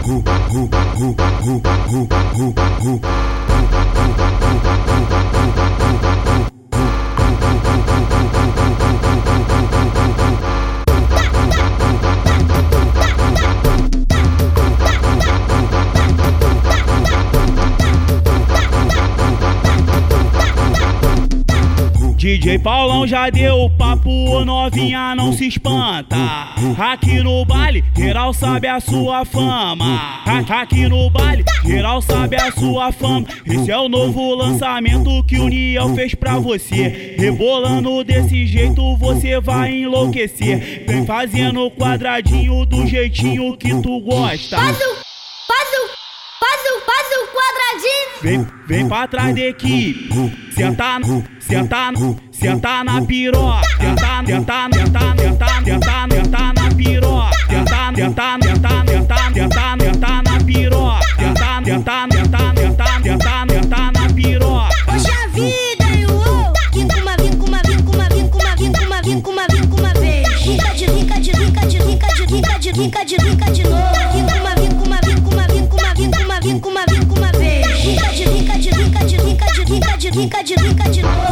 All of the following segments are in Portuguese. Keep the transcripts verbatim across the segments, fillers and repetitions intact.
D J Paulão já deu papo, novinha não se espanta. Aqui no baile, geral sabe a sua fama. Aqui no baile, geral sabe a sua fama. Esse é o novo lançamento que o Niel fez pra você. Rebolando desse jeito você vai enlouquecer. Vem fazendo quadradinho do jeitinho que tu gosta. Faz o, faz o, faz o, faz o quadradinho. Vem, vem pra trás da equipe. Senta, senta, senta na piroca. Senta, senta, senta, senta, senta, senta na piroca. Senta, senta, senta, senta, senta, senta na piroca. Senta, senta, senta, senta, senta, senta na piroca. Poxa vida, eu vim com uma, vim com uma, vim com uma, vim com uma, vim com uma, vim com uma, vim com uma vez. Rica de rica de rica de rica de rica de rica de rica de novo. Vim com uma, vim com uma, vim com uma, vim com uma, vim com uma, vim com uma, vim com uma vez. Rica de rica de rica de rica de rica de rica de rica de novo.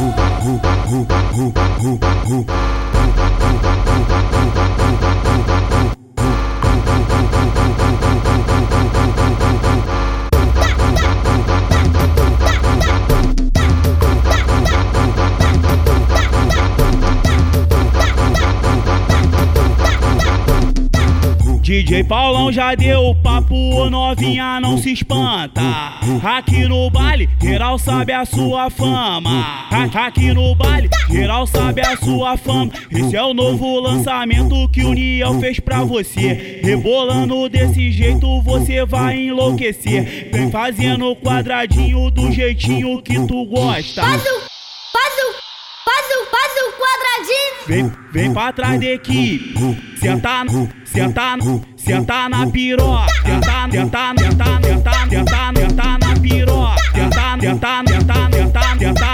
D J Paulão já deu papo, novinha não se espanta. Aqui no baile, geral sabe a sua fama. Aqui no baile, geral sabe a sua fama. Esse é o novo lançamento que o Niel fez pra você. Rebolando desse jeito você vai enlouquecer. Vem fazendo quadradinho do jeitinho que tu gosta. Faz o, faz o, faz o, faz o quadradinho. Vem, vem pra trás da equipe. Senta, senta, senta na piroca. Senta, senta, senta, senta, senta, senta na piroca. Senta, senta, senta, senta, senta